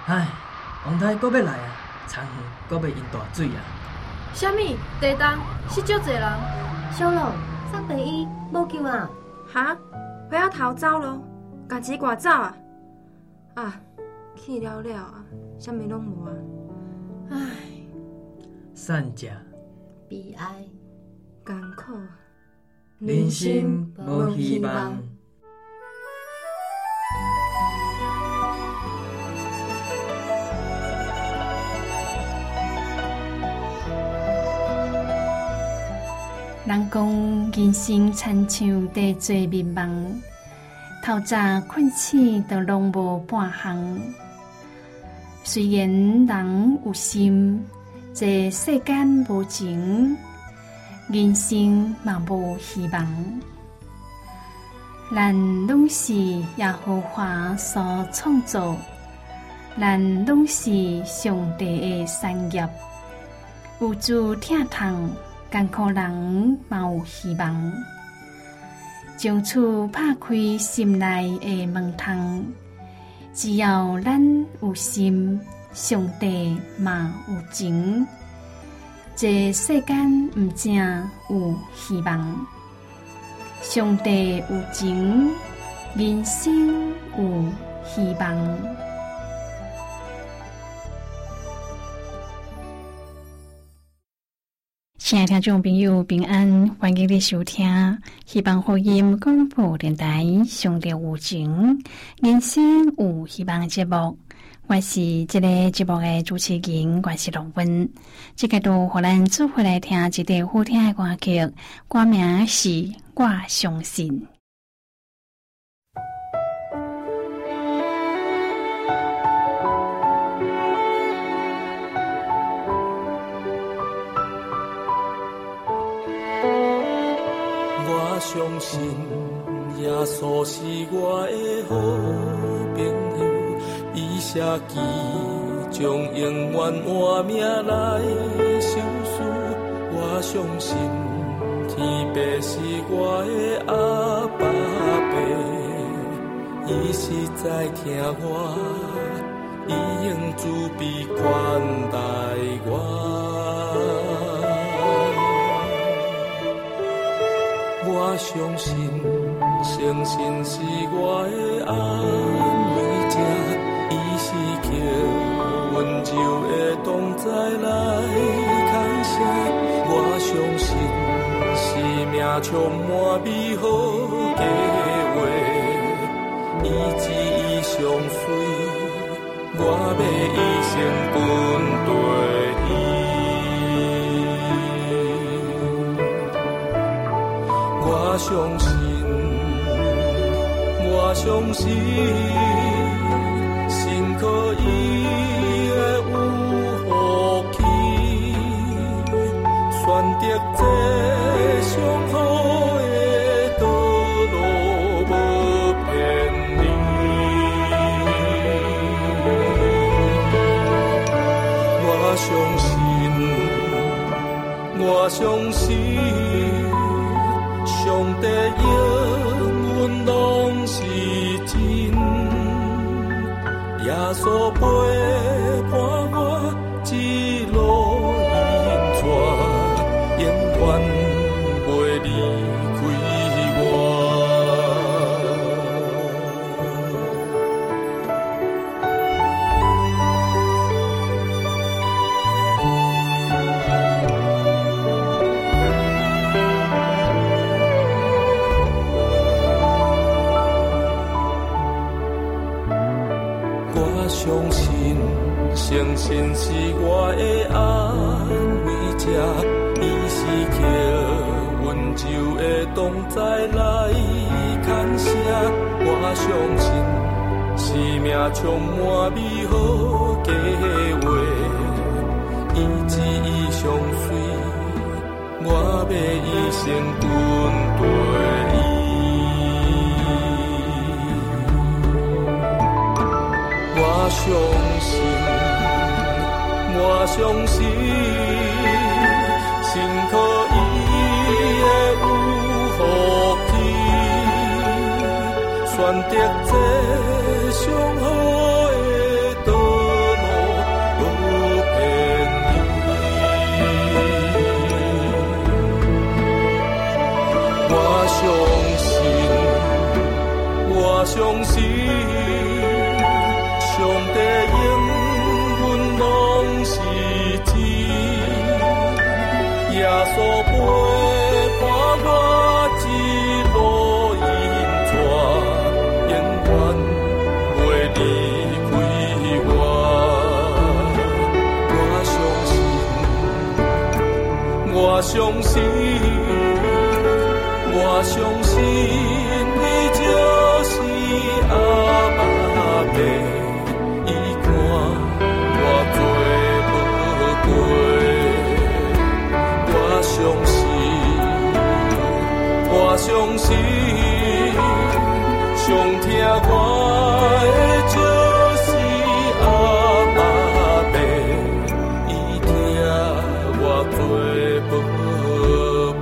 唉，王太阁要来啊，田园阁要淹大水啊！ 啥物？地动死足侪人。 小龙，送病医无救啊！ 哈，回头逃走咯，家己赶走啊！啊，去了了啊，啥物拢无啊！唉， 善食悲哀， 艰苦， 人生无希望。 人讲人生亲像地做迷茫，透早困醒都拢无半项。虽然人有心，这世间无情，人生嘛无希望。咱拢是耶和华所创造，咱拢是上帝的产业，有主疼痛。艰苦人嘛有希望，将厝拍开心内的门窗。只要咱有心，上帝嘛有情。这世间不正有希望，上帝有情，人生有希望。亲爱的听众朋友，平安，欢迎你收听希望福音广播电台上帝有情人生有希望的节目。我是这个节目的主持人，我是龙文。这个都互咱做回来听一个好听的歌曲，歌名是《我相信》。 我相信耶稣是我的好朋友，伊舍己将永远换命来受死。我相信天父是我的阿爸爸，伊是在听我，伊用慈悲款待我。我相信，诚心是我的安慰者，伊是叫温柔的同在来牵扯。我相信，生命充满美好计划，伊旨意上水，我要一生跟对伊。我相信，我相信，心可伊会有福气，选择这上好的道路，无骗你。我相信，我相信。上帝永远拢是真，耶稣陪伴我一路引带，永远袂离开我。相信，诚心是我的安慰者，伊是叫温柔的同在来牵扯。我相信，生命充满美好计划，伊旨意上水，我要一生跟对伊。我相信，我相信，心可伊会有福气，选择这上好的道信，上帝应允拢是真。耶稣陪伴我一路引带，永远袂离开我。我相信，我相信你就是阿爸爸，伊看我做无过。我相信，我相信，上疼我的就是阿爸爸，伊听我做宝贝。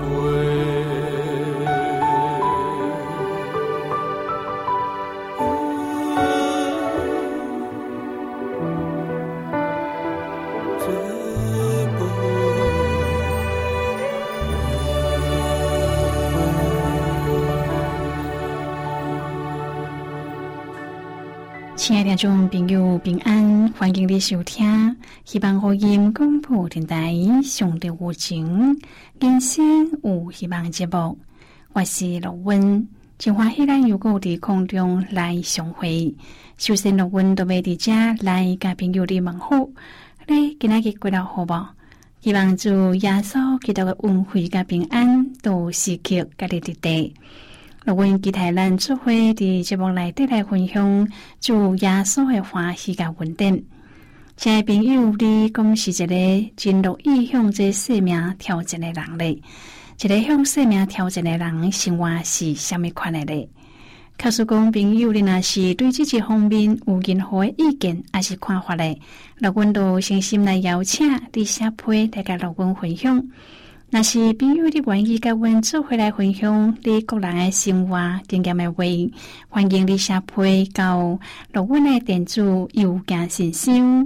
亲爱的听众朋友平安，欢迎你收听希望福音广播电台上帝有情人生有希望节目，我是乐温，真欢喜咱又搁伫空中来相会。首先乐温都要伫遮来甲朋友你问好，你今仔日过得好无？希望主耶稣基督的恩惠甲平安都时刻甲你伫地。乐温期待咱做伙伫节目内底来分享主耶稣的欢喜甲恩典。亲爱朋友，你讲是一个真乐意向这生命挑战的人咧？一个向生命挑战的人，生活是什么款的咧？假使讲朋友，你若是对这一方面有任何的意见还是看法咧，乐温都诚心来邀请你写批来甲乐温分享。若是朋友你愿意甲阮做伙来分享你个人的生活经验的话，欢迎你写批到乐温的电子邮件信箱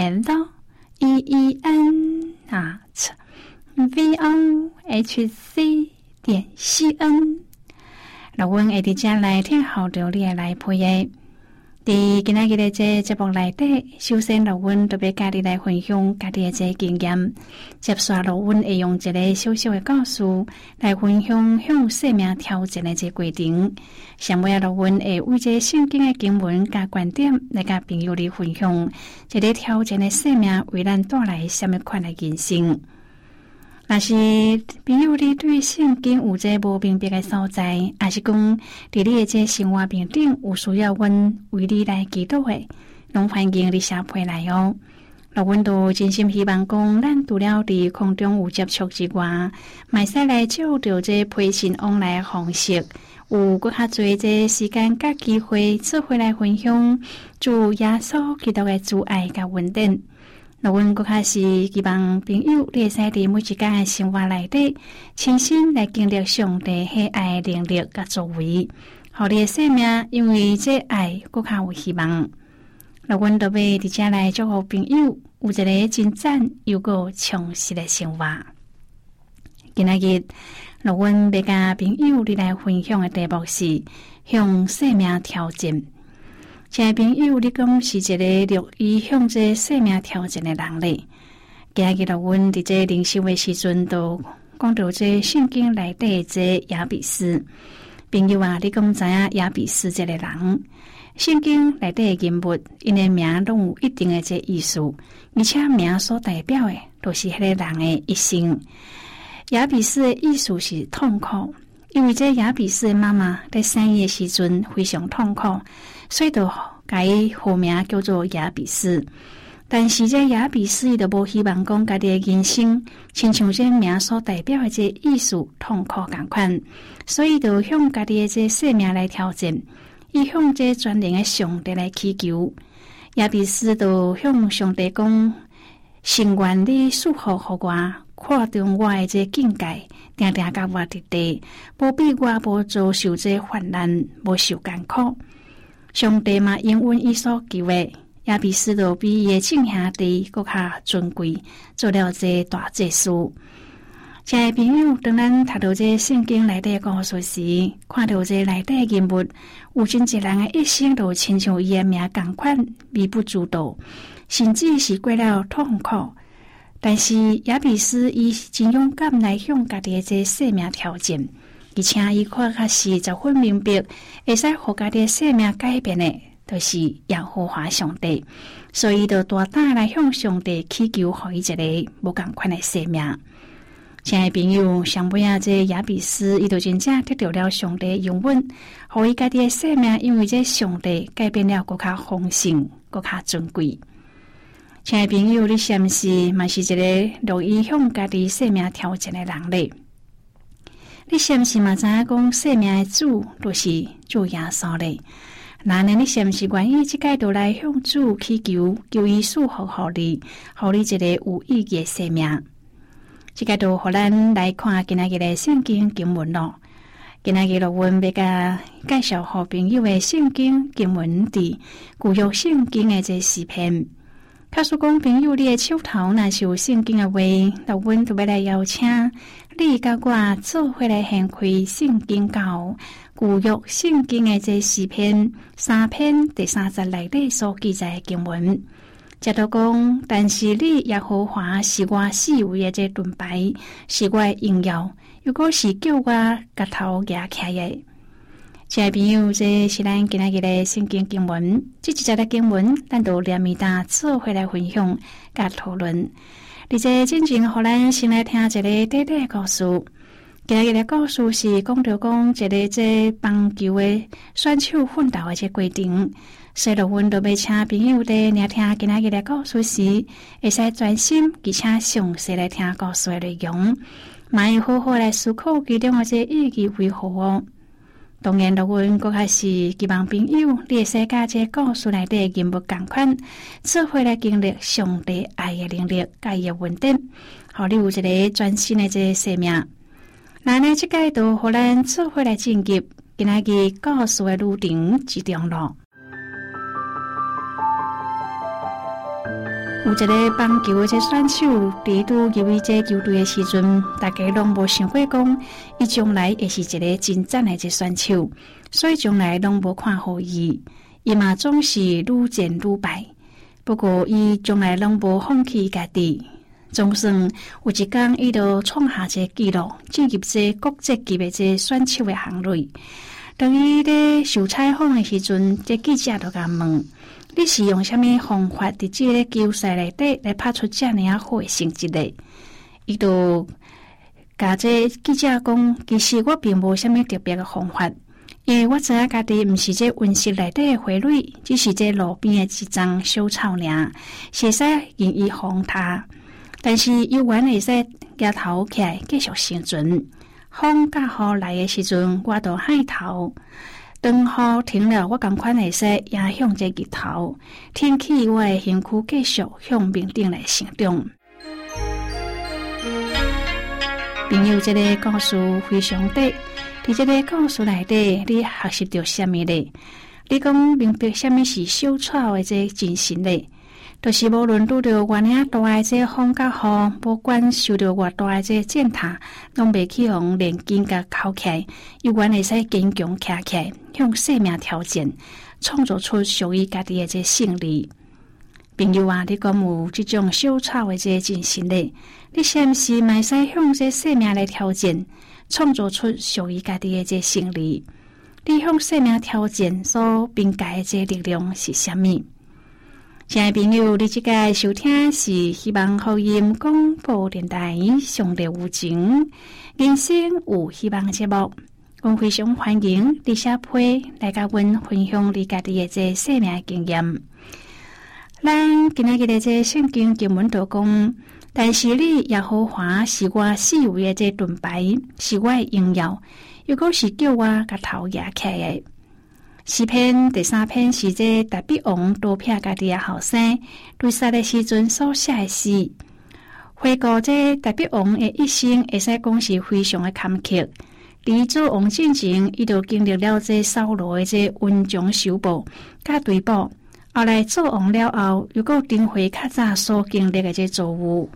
LEN@vohc.cn， 乐温会伫遮来听候着你的来批的。伫今仔日的这节目内底，首先乐温特别甲你来分享家己的这经验。接下乐温会用一个小小的故事来分享向生命挑战的这过程。上尾乐温会为这圣经的经文甲观点来甲朋友哋分享，这个挑战的生命为咱带来什么款的人生。若是朋友你对圣经有这无明白的所在，还是讲伫你的这生活面顶有需要阮为你来祈祷的，拢欢迎你写批来哦。乐温都真心希望讲，咱除了伫空中有接触之外，嘛使来照着这批信往来的方式，有搁较侪这时间甲机会做伙来分享主耶稣基督的主爱甲恩典。乐温搁较是希望朋友你会使伫每一天的生活内底，亲身来经历上帝迄爱的能力甲作为，互你的生命因为这爱搁较有希望。乐温都要伫遮来祝福朋友有一个真赞又搁充实的生活。今仔日乐温要甲朋友你来分享的题目是向生命挑战。亲爱朋友，你讲是一个乐意向这生命挑战的人咧。今日乐温伫这灵修的时阵，都讲到这圣经内底这亚比斯。朋友啊，你讲知影亚比斯这个人？圣经内底的人物，因的名拢有一定的这意思，而且名所代表的都是迄个人的一生。亚比斯的意思是痛苦，因为这亚比斯的妈妈在生伊的时阵非常痛苦，所以就改号名叫做亚比斯。但是这亚比斯伊就无希望讲家己的人生亲像这名所代表的这意思痛苦共款，所以就向家己的这生命来挑战，伊向这全能的上帝来祈求。亚比斯就向上帝讲：神愿你赐福互我，看中我的这境界，定定甲我伫地，无比我无遭受这患难，无受艰苦。上帝嘛应允伊所求的，亚比斯就比伊的众兄弟搁较尊贵，做了这大祭司。 亲爱的朋友，当咱读到这圣经内底故事时，看到这内底人物，有真一人的一生都亲像伊的名同款，微不足道，甚至是过了痛苦。但是亚比斯伊真勇敢来向家己的这生命挑战，而且伊看较是十分明白，会使互家己的生命改变的，就是耶和华上帝。所以就大胆来向上帝祈求，互伊一个无共款的生命。亲爱的朋友，上尾这亚比斯伊就真正得到了上帝的应允，互伊家己的生命因为这上帝改变了更加丰盛、更加尊贵。亲爱的朋友，你是毋是嘛是一个乐意向家己生命挑战的人呢？你是毋是嘛知影讲生命的主就是主耶稣呢？那你是毋是愿意即个就来向主祈求，求伊赐福互你，互你一个有意义的生命？即个就互咱来看今仔日的圣经经文咯。今仔日录音要甲介绍互朋友的圣经经文伫旧约圣经的这诗篇。假使讲朋友你的手头若是有圣经的话，录音就要来邀请你甲我做伙来献开圣经到旧约圣经的这诗篇3篇第30内底所记载的经文。接着讲，但是你耶和华是我四围的这盾牌，是我的荣耀，如果是叫我甲头举起的。亲爱的朋友，这是咱今仔日的圣经经文，这一节的经文，咱就连面搭做伙来分享甲讨论。而这真正互咱先来听一个短短的故事。今仔日的故事是讲到讲一个这棒球的选手奋斗的这过程。所以阮就要请朋友在聆听今仔日的故事时，会使专心而且详细来听故事的内容，嘛要好好来思考其中的这意义为何哦。当然，阮搁较是希望朋友你会使甲这故事内底人物共款，做伙来经历上帝爱的能力、甲伊的恩典，互你有一个全新的这生命。那呢，即个就互咱做伙来进入今仔日故事的旅程之中咯。有一个棒球的这选手，伫拄入去这球队的时阵，大家拢无想过讲，伊将来会是一个真赞的这选手，所以将来拢无看好伊。伊嘛总是愈战愈败，不过伊将来拢无放弃家己，总算有一天伊就创下这纪录，进入这国际级的这选手的行列。当伊咧受采访的时阵，这记者就甲问。你是用什么方法伫这个球赛内底来拍出这样啊好的成绩呢？伊就甲这记者讲，其实我并无什么特别的方法，因为我知影家己毋是这温室内底的花蕊，只是这路边的一丛小草尔，是使引伊风塌，但是伊原会使举头起来继续生存。风甲雨来的时阵，我就海头。当雨停了，我同款会使迎向这日头，天气我的身躯继续向面顶来成长。朋友，这个故事非常短，伫这个故事内底，你学习到什么呢？你讲明白什么是小草的这精神呢？就是无论拄到偌尔大的这风甲雨，不管受到偌大的这践踏，拢袂去互连筋甲扣起来，伊原会使坚强徛起来，向生命挑战，创造出属于家己的这胜利。朋友啊，你讲有这种小草的这精神呢？你是毋是嘛使向这生命来挑战，创造出属于家己的这胜利？你向生命挑战所凭借的这力量是什么？亲爱的朋友，你即个收听是希望福音广播电台上帝有情人生有希望节目，我非常欢迎你写批来甲阮分享你家己的这生命经验。咱今仔日的这圣经经文就讲，但是你耶和华是我四围的这盾牌，是我的荣耀，如果是叫我甲头举起的。诗篇第3篇是这达比王多撇家己的后生对杀的时阵所写的诗。回顾这达比王的一生，会使讲是非常的坎坷。伫做王之前，伊就经历了这扫罗的这恩将仇报甲追捕。后来做王了后，又过登回较早所经历的这作物，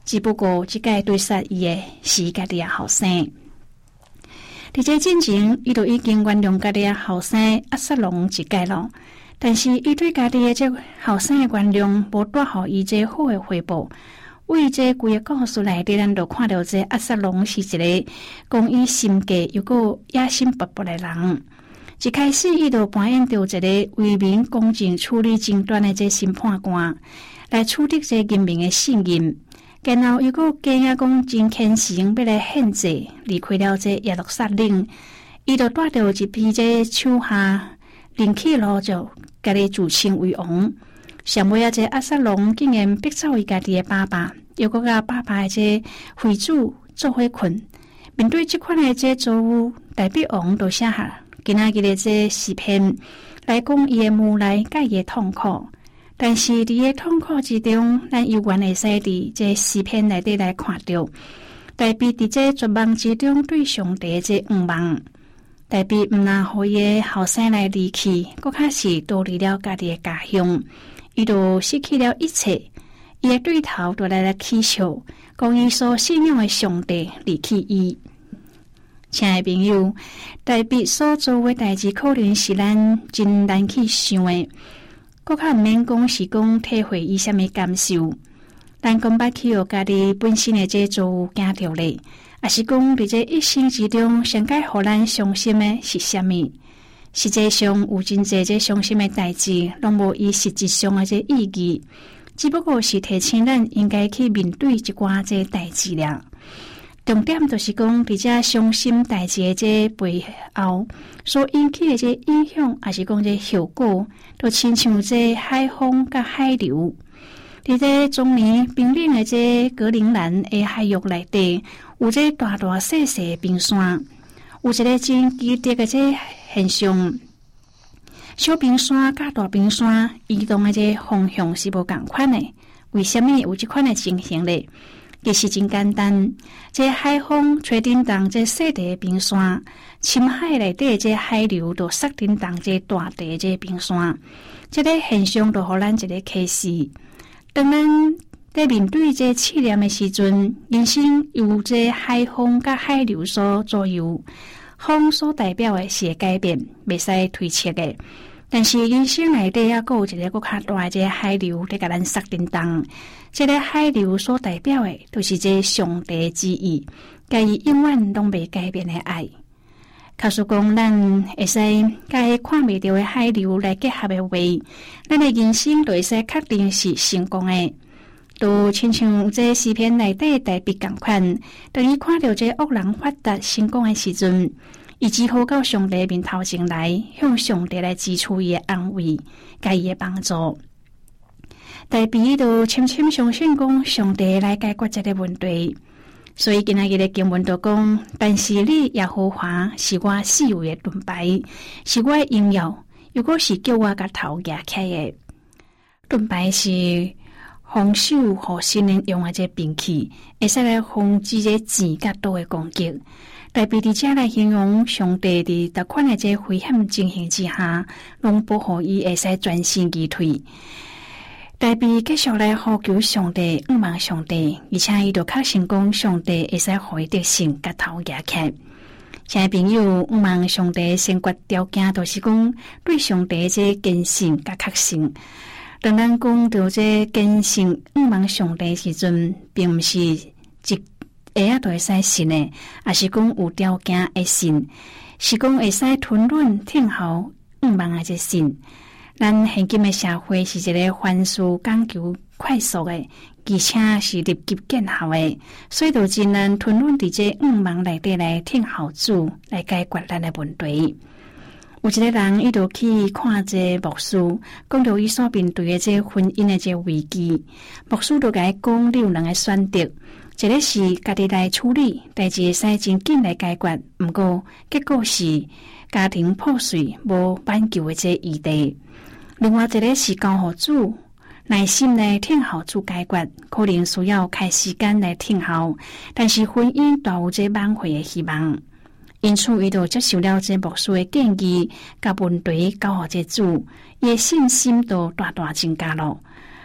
只不过即届对杀伊的是家己的后生。伫这进前，伊就已经原谅家己的后生押沙龙一届咯。但是伊对家己的这后生的原谅，无带互伊这好的回报。为这规个故事内底，咱就看到这押沙龙是一个讲伊心计又个野心勃勃的人。一开始，伊就扮演着一个为民公正处理争端的这审判官，来取得这人民的信任。然后又个假呀讲真虔诚，要来献祭，离开了这耶路撒冷，伊就带着一批这手下人去路就家己自称为王。上尾啊，这押沙龙竟然逼走伊家己的爸爸，又个甲爸爸的这妃子做伙困。面对这款的这作物，大笔王就写下今仔日的这诗篇，来讲伊的无奈甲伊的痛苦。但是伫个痛苦之中，咱犹原会使伫这诗篇内底来看到，大笔伫这绝望之中对上帝这仰望。大笔毋那互伊的后生来离去，搁较是逃离了家己的家乡，伊就失去了一切。伊的对头就来祈求，讲伊所信仰的上帝离弃伊。亲爱的朋友，大笔所做的代志，可能是咱真难去想的。搁较毋免讲是讲体会伊什么感受，咱讲捌去互家己本身的这做惊着咧，也是讲伫这一生之中，上该互咱伤心的是什么？实际上有真侪这伤心的代志，拢无伊实质上的这意义，只不过是提醒咱应该去面对一寡这代志了。重点就是讲，伫这伤心代志的这背后所引起的这影响，也是讲这效果，都亲像这海风甲海流。伫这中年冰冷的这格陵兰的海域内底，有这大大细细的冰山，有一个真奇特的这现象。小冰山甲大冰山移动的这方向是无共款的，为什么有这款的情形呢？其实真简单，这海风吹叮当这细地的冰山，深海内底这海流就塞叮当这大地这冰山，这个现象就互咱一个启示。当咱在面对这试炼的时阵，人生由这海风甲海流所左右，风所代表的是改变，袂使推测的。但是人生内底还佫有一个佫较大的这海流在甲咱塞叮当。这个海流所代表的，就是这上帝之意，甲伊永远拢袂改变的爱。假使讲咱会使甲迄看袂到的海流来结合的话，咱的人生就会使确定是成功的。都亲像这诗篇内底大笔共款，当伊看到这恶人发达成功的时阵，伊只好到上帝面头前来，向上帝来支取伊的安慰，甲伊的帮助。大笔都深深相信讲上帝来解决这个问题，所以今仔日的经文就讲，但是你耶和华是我四围的盾牌，是我的荣耀，如果是叫我甲头压起的。盾牌是防守和新人用的这兵器，会使来防止这钱甲刀的攻击。大笔伫遮来形容上帝伫逐款的这危险情形之下，拢保护伊会使全身而退。大笔继续来呼求上帝，仰望上帝，而且伊就确信讲上帝会使互伊得胜，甲头举起。亲爱朋友，仰望上帝先决条件，就是讲对上帝这坚信甲确信。当咱讲到这坚信仰望上帝时阵，并毋是一下仔就会使信的，也是讲有条件会信，是讲会使吞忍听候仰望的这信。咱现今的社会是一个凡事讲求快速的，而且是立即见效的，所以就真难吞忍伫这仰望内底来听候主来解决咱的问题。有一个人伊就去看这牧师，讲到伊所面对的这婚姻的这危机，牧师就甲伊讲，你有两个选择，一个是家己来处理，代志会使真紧来解决，不过结果是家庭破碎，无挽救的这议题。另外一个是交互主，耐心来听候主解决，可能需要开时间来听候，但是婚姻大有这挽回的希望。因此，伊就接受了这牧师的建议，甲问题交互这主，伊的信心都大大增加了。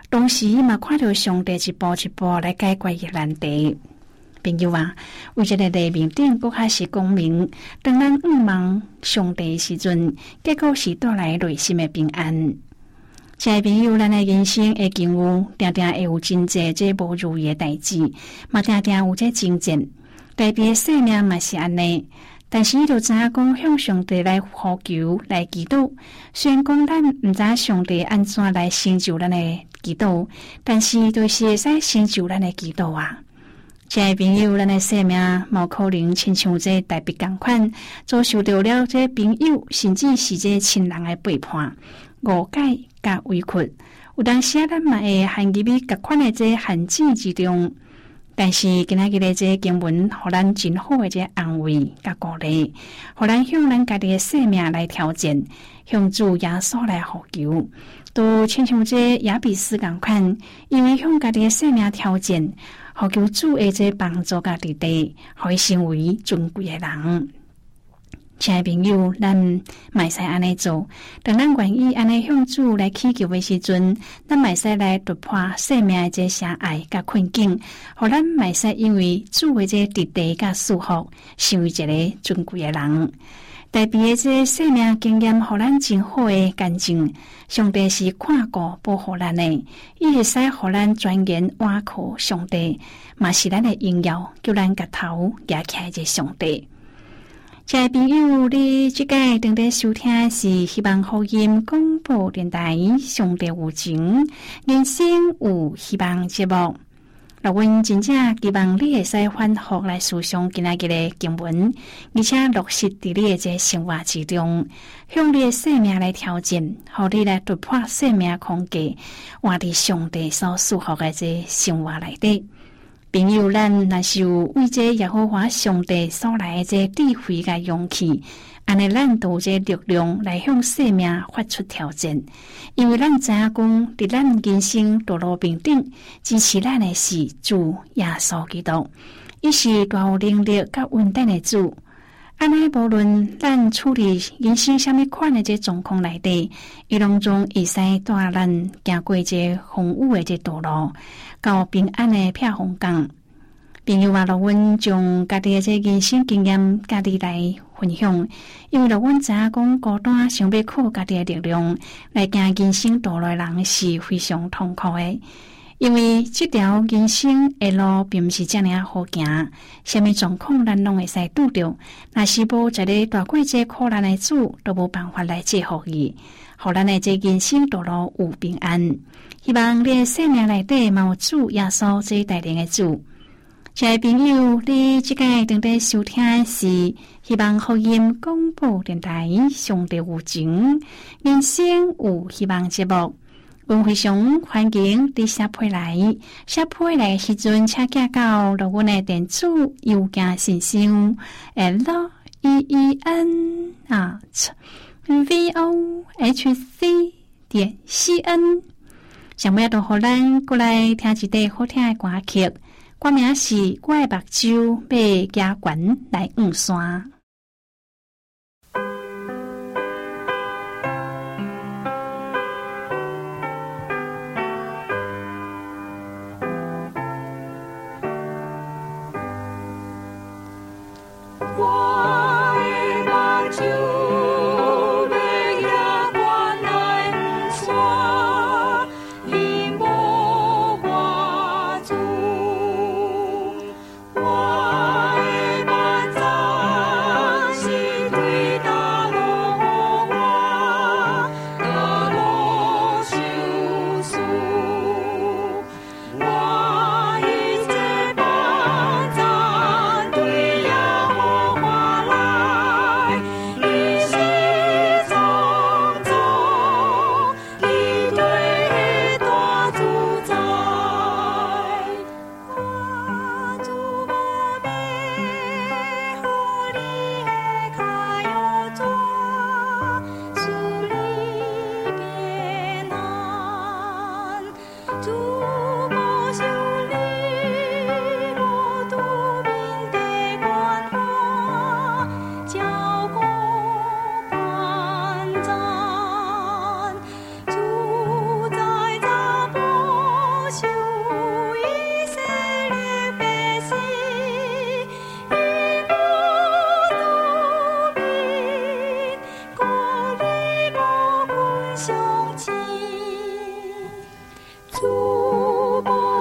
同时嘛看到上帝一步一步来解决伊难题。朋友啊，为这个黎明顶搁较是讲明，当咱仰望上帝的时阵，结果是带来内心的平安。亲爱朋友，咱的人生会经有定定会有真济这无如意的代志，嘛定定有这征战，特别生命嘛是安尼。但是伊就知影讲向上帝来呼求来祈祷，虽然讲咱毋知上帝安怎来成就咱的祈祷，但是都是会使成就咱的祈祷啊。亲爱朋友，咱的生命无可能亲像这大笔同款，遭受到了这朋友甚至是这亲人的背叛、误解甲委屈。有当时咱嘛会陷入于各款的这陷阱之中。但是今仔日的这经文，互咱真好的这安慰甲鼓励，互咱向咱家己的生命来挑战，向主耶稣来呼求，都亲像这亚比斯同款，因为向家己的生命挑战，呼求主的这帮助甲力量，互伊成为尊贵的人。亲爱朋友，咱卖使安尼做，当咱愿意安尼向主来祈求的时阵，咱卖使来突破生命的这狭隘甲困境，互咱卖使因为主的这直地甲祝福，成为一个尊贵的人。特别的这生命经验，互咱真好的干净。上帝是看顾保护咱的，伊会使互咱专研倚靠上帝，嘛是咱的荣耀，叫咱甲头举起来这上帝。亲爱朋友，你即个正在收听的是希望福音广播电台上帝有情人生有希望节目。阮真正希望你会使反复来思想今仔日的经文，而且落实伫你的这生活之中，向你的生命来挑战，互你来突破生命空间，活伫上帝所祝福的这生活内底。朋友，咱若是有为这耶和华上帝所来的这智慧甲勇气，安尼咱都有这力量来向生命发出挑战。因为咱知影讲，伫咱人生道路边顶支持咱的是主耶稣基督，伊是大有能力甲稳定的主。安尼无论咱处理人生什么款的这状况内底，伊拢总会使带咱行过这风雨的这道路，到平安的避风港。朋友啊，阮将家己的这人生经验家己来分享，因为阮知影讲孤单想要靠家己的力量来行人生道路的人是非常痛苦的。因为这条人生的路并不是这样好行，什么状况咱拢会使拄着。若是无一个大过这苦难的主，都无办法来祝福伊，互咱的这人生道路有平安。希望你的生命内底嘛有主耶稣这带领的主。亲爱朋友，你即个正在收听的是希望福音广播电台上帝有情人生有希望节目。阮非常欢迎你写批来的时阵，请寄到阮的电子邮件信箱 LEEN@vohc.cn。想要就互咱过来听一段好听的歌曲，歌名是《我的目睭要加悬来黄山》。 我的目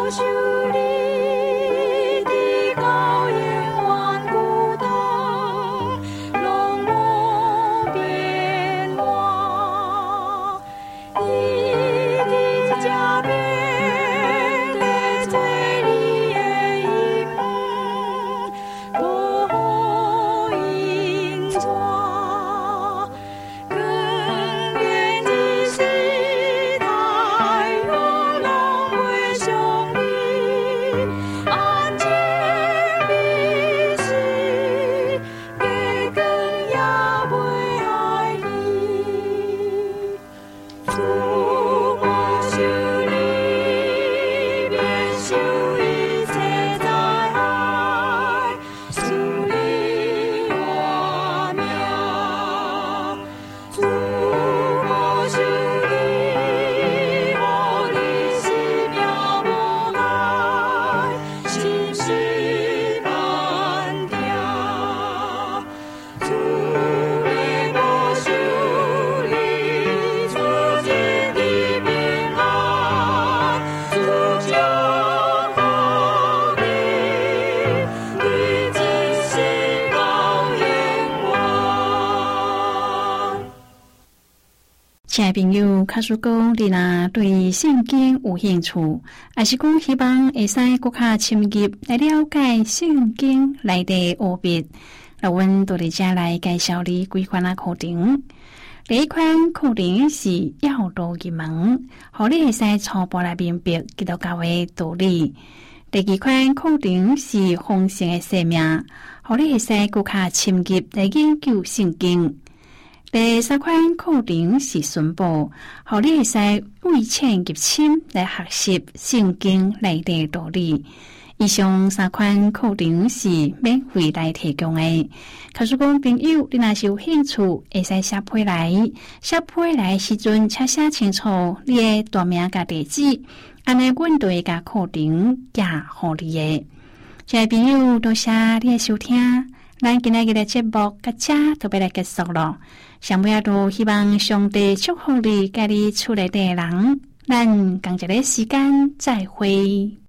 亲爱朋友，假如讲你若对圣经有兴趣，还是讲希望会使更加深入来了解圣经内的奥秘，那阮就伫遮来介绍你几款课程。第一款课程是要道入门，互你会使初步来明白基督教的道理。第二款课程是丰盛的生命，互你会使更加深入来研究圣经。第三款课程是宣布，互你会使为浅入深来学习圣经内的道理。以上三款课程是免费来提供的。假如讲朋友你若是有兴趣，会使写批来时阵，请写清楚你的大名甲地址，安尼阮就会甲课程寄互你的。亲爱朋友，多谢你的收听，咱今日的节目到这就要来结束了。上尾都希望上帝祝福你，甲你厝内的人。咱同一个时间再会。